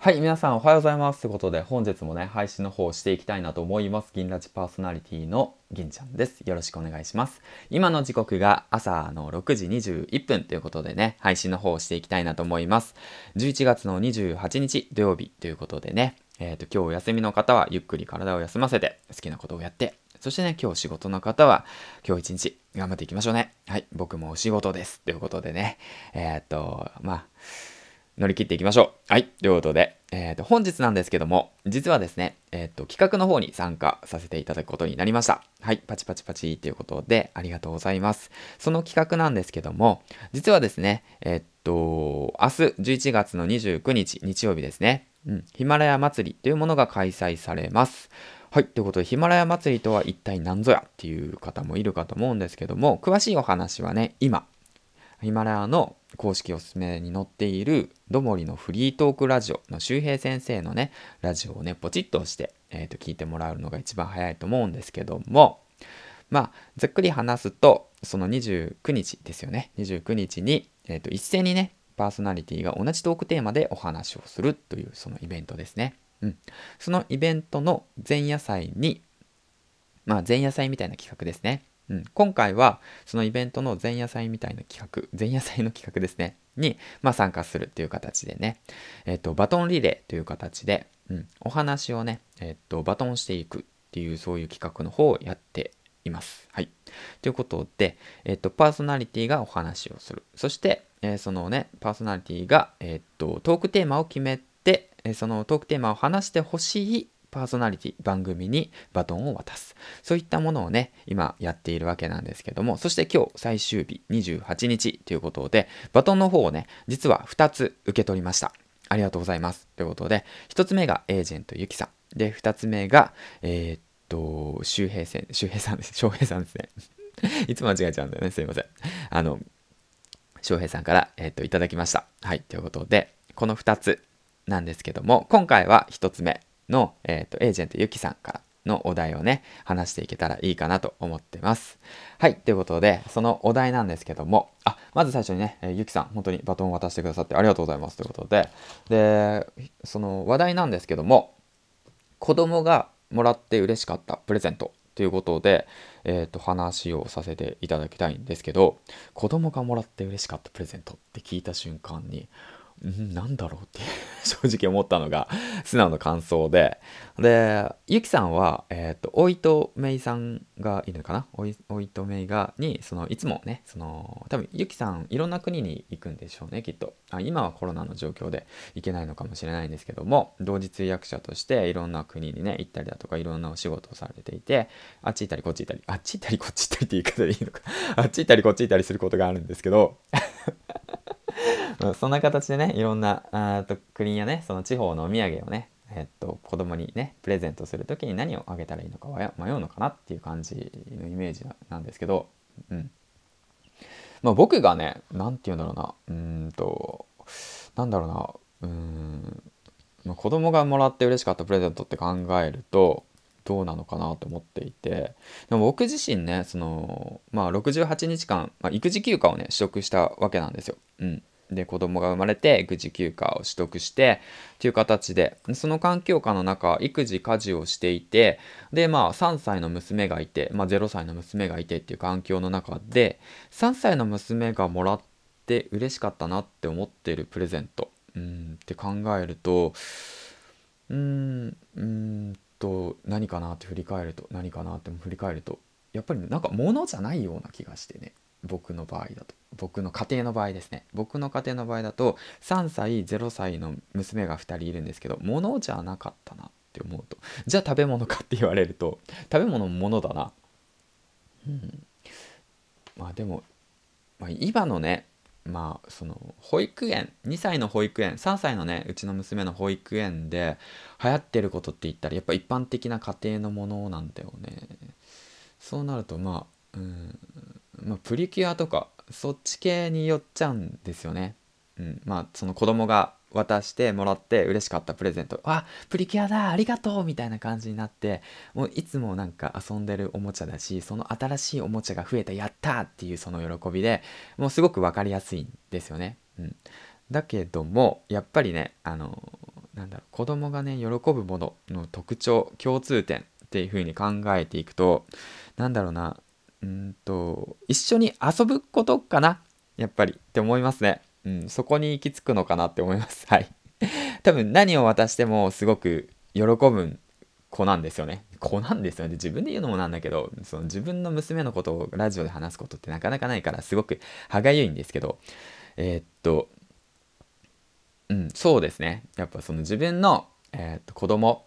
はい、皆さんおはようございます。ということで、本日もね、配信の方をしていきたいなと思います。銀ラジパーソナリティの銀ちゃんです。よろしくお願いします。今の時刻が朝の6時21分ということでね、配信の方をしていきたいなと思います。11月の28日土曜日ということでね、今日お休みの方はゆっくり体を休ませて好きなことをやって、そしてね、今日仕事の方は今日一日頑張っていきましょうね。はい、僕もお仕事です。ということでね、乗り切っていきましょう。はい。ということで、本日なんですけども、実はですね、企画の方に参加させていただくことになりました。はい。パチパチパチということで、ありがとうございます。その企画なんですけども、実はですね、明日11月の29日、日曜日ですね、ヒマラヤ祭りというものが開催されます。はい。ということで、ヒマラヤ祭りとは一体何ぞやっていう方もいるかと思うんですけども、詳しいお話はね、今、ヒマラヤの公式おすすめに載っているどもりのフリートークラジオの周平先生のね、ラジオをね、ポチッと押して、聞いてもらうのが一番早いと思うんですけども、ざっくり話すと、その29日ですよね。29日に、一斉にね、パーソナリティが同じトークテーマでお話をするというそのイベントですね。そのイベントの前夜祭に、前夜祭みたいな企画ですね。今回はそのイベントの前夜祭みたいな企画、前夜祭の企画ですね、に、参加するという形でね、バトンリレーという形で、お話をね、バトンしていくっていうそういう企画の方をやっています。はい。ということで、パーソナリティがお話をする。そして、そのね、パーソナリティが、トークテーマを決めて、そのトークテーマを話してほしいパーソナリティ、番組にバトンを渡す。そういったものをね、今やっているわけなんですけども、そして今日最終日28日ということで、バトンの方をね、実は2つ受け取りました。ありがとうございます。ということで、1つ目がエージェントゆきさん。で、2つ目が、周平さんです。翔平さんですね。いつも間違えちゃうんだよね。すいません。翔平さんから、いただきました。はい。ということで、この2つなんですけども、今回は1つ目の、エージェントゆきさんからのお題をね、話していけたらいいかなと思ってます。はい。ということで、そのお題なんですけども、まず最初にね、ゆきさん、本当にバトンを渡してくださってありがとうございますということで、その話題なんですけども、子供がもらって嬉しかったプレゼントということで、話をさせていただきたいんですけど、子供がもらって嬉しかったプレゼントって聞いた瞬間に、なんだろうって正直思ったのが素直な感想で、ゆきさんは、おいとめいさんがいるのかな、おいとめいがに、いつもね、多分ゆきさんいろんな国に行くんでしょうね、きっと。今はコロナの状況で行けないのかもしれないんですけども、同時通訳者としていろんな国にね、行ったりだとか、いろんなお仕事をされていて、あっち行ったりこっち行ったり、あっち行ったりこっち行ったりって言い方でいいのかあっち行ったりこっち行ったりすることがあるんですけど、そんな形でね、いろんな国やね、その地方のお土産をね、子供にね、プレゼントするときに何をあげたらいいのか迷うのかなっていう感じのイメージなんですけど、僕がね、なんて言うんだろうな、なんだろうな、子供がもらって嬉しかったプレゼントって考えると、どうなのかなと思っていて、でも僕自身ね、68日間、育児休暇をね、取得したわけなんですよ。で、子供が生まれて育児休暇を取得してっていう形で、その環境下の中、育児家事をしていて、で、3歳の娘がいて、0歳の娘がいてっていう環境の中で、3歳の娘がもらって嬉しかったなって思ってるプレゼント、って考えると、何かなって振り返ると、やっぱりなんか物じゃないような気がしてね、僕の家庭の場合ですね。僕の家庭の場合だと、3歳、0歳の娘が2人いるんですけど、物じゃなかったなって思うと、じゃあ食べ物かって言われると、食べ物も物だな。でも、今のね、その保育園、2歳の保育園、3歳のね、うちの娘の保育園で流行ってることって言ったら、やっぱ一般的な家庭のものなんだよね。そうなると、プリキュアとかそっち系に寄っちゃうんですよね。その子供が渡してもらって嬉しかったプレゼント、プリキュアだありがとうみたいな感じになって、もういつもなんか遊んでるおもちゃだし、その新しいおもちゃが増えたやったーっていうその喜びで、もうすごく分かりやすいんですよね。だけどもやっぱりね、 子供がね喜ぶものの特徴、共通点っていう風に考えていくと、なんだろうな一緒に遊ぶことかな、やっぱりって思いますね。そこに行き着くのかなって思います。はい。多分何を渡してもすごく喜ぶ子なんですよね。子なんですよね。自分で言うのもなんだけど、その自分の娘のことをラジオで話すことってなかなかないから、すごく歯がゆいんですけど、えーっと、そうですね。やっぱその自分の、子供、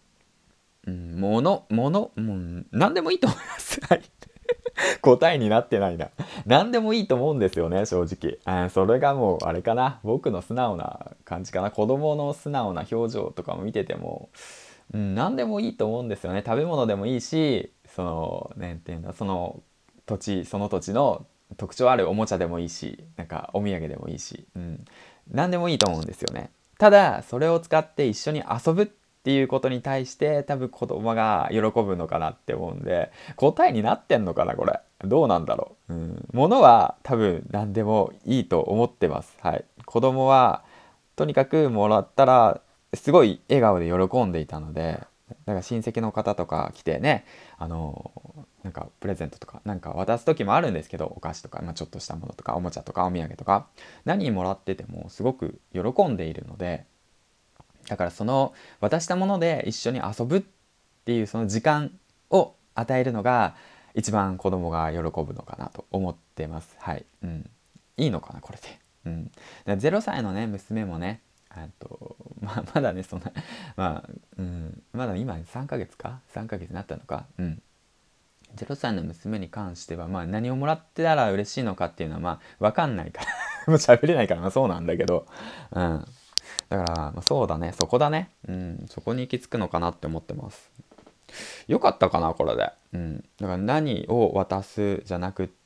何でもいいと思います。はい。答えになってないな。何でもいいと思うんですよね、正直。それがもう、あれかな。僕の素直な感じかな。子供の素直な表情とかも見てても、何でもいいと思うんですよね。食べ物でもいいし、なんていうんだ、その土地の特徴あるおもちゃでもいいし、なんかお土産でもいいし、何でもいいと思うんですよね。ただ、それを使って一緒に遊ぶっていうことに対して多分子供が喜ぶのかなって思うんで、答えになってんのかなこれ。どうなんだろう。ものは多分何でもいいと思ってます。はい。子供はとにかくもらったらすごい笑顔で喜んでいたので、だから親戚の方とか来てね、なんかプレゼントとかなんか渡す時もあるんですけど、お菓子とか、ちょっとしたものとかおもちゃとかお土産とか何もらっててもすごく喜んでいるので、だからその渡したもので一緒に遊ぶっていうその時間を与えるのが一番子供が喜ぶのかなと思ってます。はい。いいのかなこれで。だから0歳のね娘もね、まだねそんなまだ今3ヶ月か3ヶ月になったのか。0歳の娘に関しては何をもらってたら嬉しいのかっていうのは分かんないからもう喋れないからそうなんだけど、だからそうだね、そこだね。そこに行き着くのかなって思ってます。よかったかなこれで。だから何を渡すじゃなくって、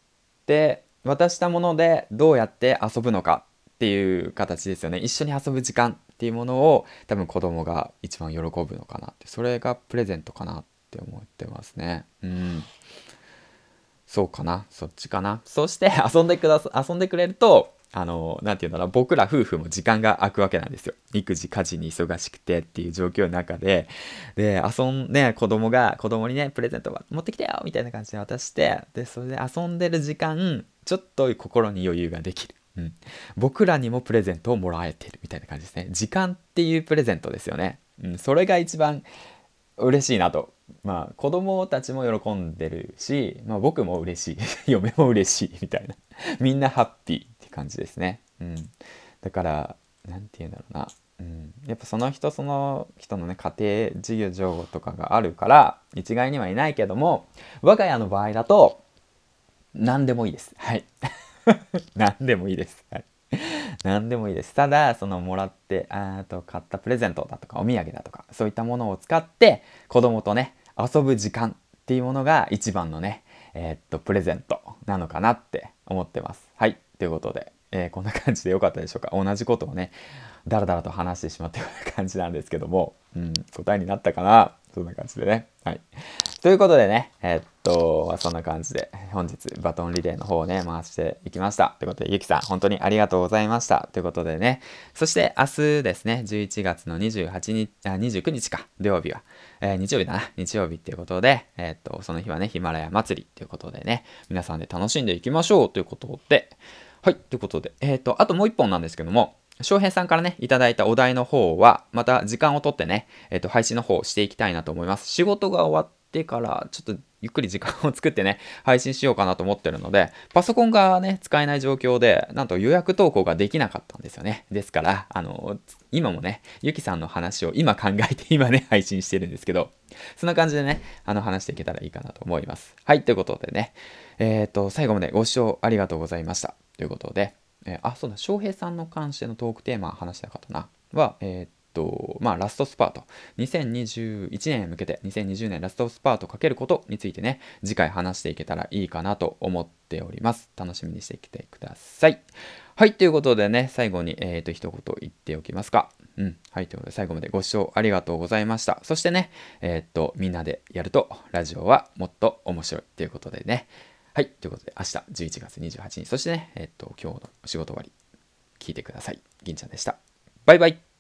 渡したものでどうやって遊ぶのかっていう形ですよね。一緒に遊ぶ時間っていうものを多分子供が一番喜ぶのかなって、それがプレゼントかなって思ってますね。そうかな、そっちかな。そして遊んでくれると、なんていうんだろう、僕ら夫婦も時間が空くわけなんですよ。育児、家事に忙しくてっていう状況の中で、子供にね、プレゼント持ってきてよみたいな感じで渡して、で、それで遊んでる時間、ちょっと心に余裕ができる。僕らにもプレゼントをもらえてるみたいな感じですね。時間っていうプレゼントですよね。それが一番嬉しいなと。子供たちも喜んでるし、僕も嬉しい嫁も嬉しいみたいなみんなハッピーって感じですね。だからなんて言うんだろうな、やっぱその人のね家庭事情とかがあるから一概にはいないけども、我が家の場合だと何でもいいです。はい何でもいいです。はい。何でもいいです。ただ、そのもらって、買ったプレゼントだとか、お土産だとか、そういったものを使って、子供とね、遊ぶ時間っていうものが一番のね、プレゼントなのかなって思ってます。はい。ということで、こんな感じでよかったでしょうか。同じことをね、だらだらと話してしまったような感じなんですけども、答えになったかな。そんな感じでね。はい。ということでね、そんな感じで本日バトンリレーの方をね、回していきました。ということで、ゆきさん、本当にありがとうございました。ということでね、そして明日ですね、11月の28日、29日か、土曜日は、日曜日だな、日曜日っていうことで、その日はね、ヒマラヤ祭りっていうことでね、皆さんで楽しんでいきましょうということで、はい、ということで、あともう一本なんですけども、翔平さんからね、いただいたお題の方は、また時間をとってね、配信の方をしていきたいなと思います。仕事が終わってから、ちょっとゆっくり時間を作ってね、配信しようかなと思ってるので、パソコンがね、使えない状況で、なんと予約投稿ができなかったんですよね。ですから、今もね、ゆきさんの話を今考えて今ね、配信してるんですけど、そんな感じでね、話していけたらいいかなと思います。はい、ということでね、最後までご視聴ありがとうございました。ということで、そうだ、翔平さんの関してのトークテーマ話したかったな。は、ラストスパート。2021年へ向けて、2020年ラストスパートかけることについてね、次回話していけたらいいかなと思っております。楽しみにしてきてください。はい、ということでね、最後に、一言言っておきますか。はい、ということで最後までご視聴ありがとうございました。そしてね、みんなでやると、ラジオはもっと面白いということでね、はい。ということで、明日11月28日、そしてね、今日の仕事終わり、聞いてください。銀ちゃんでした。バイバイ。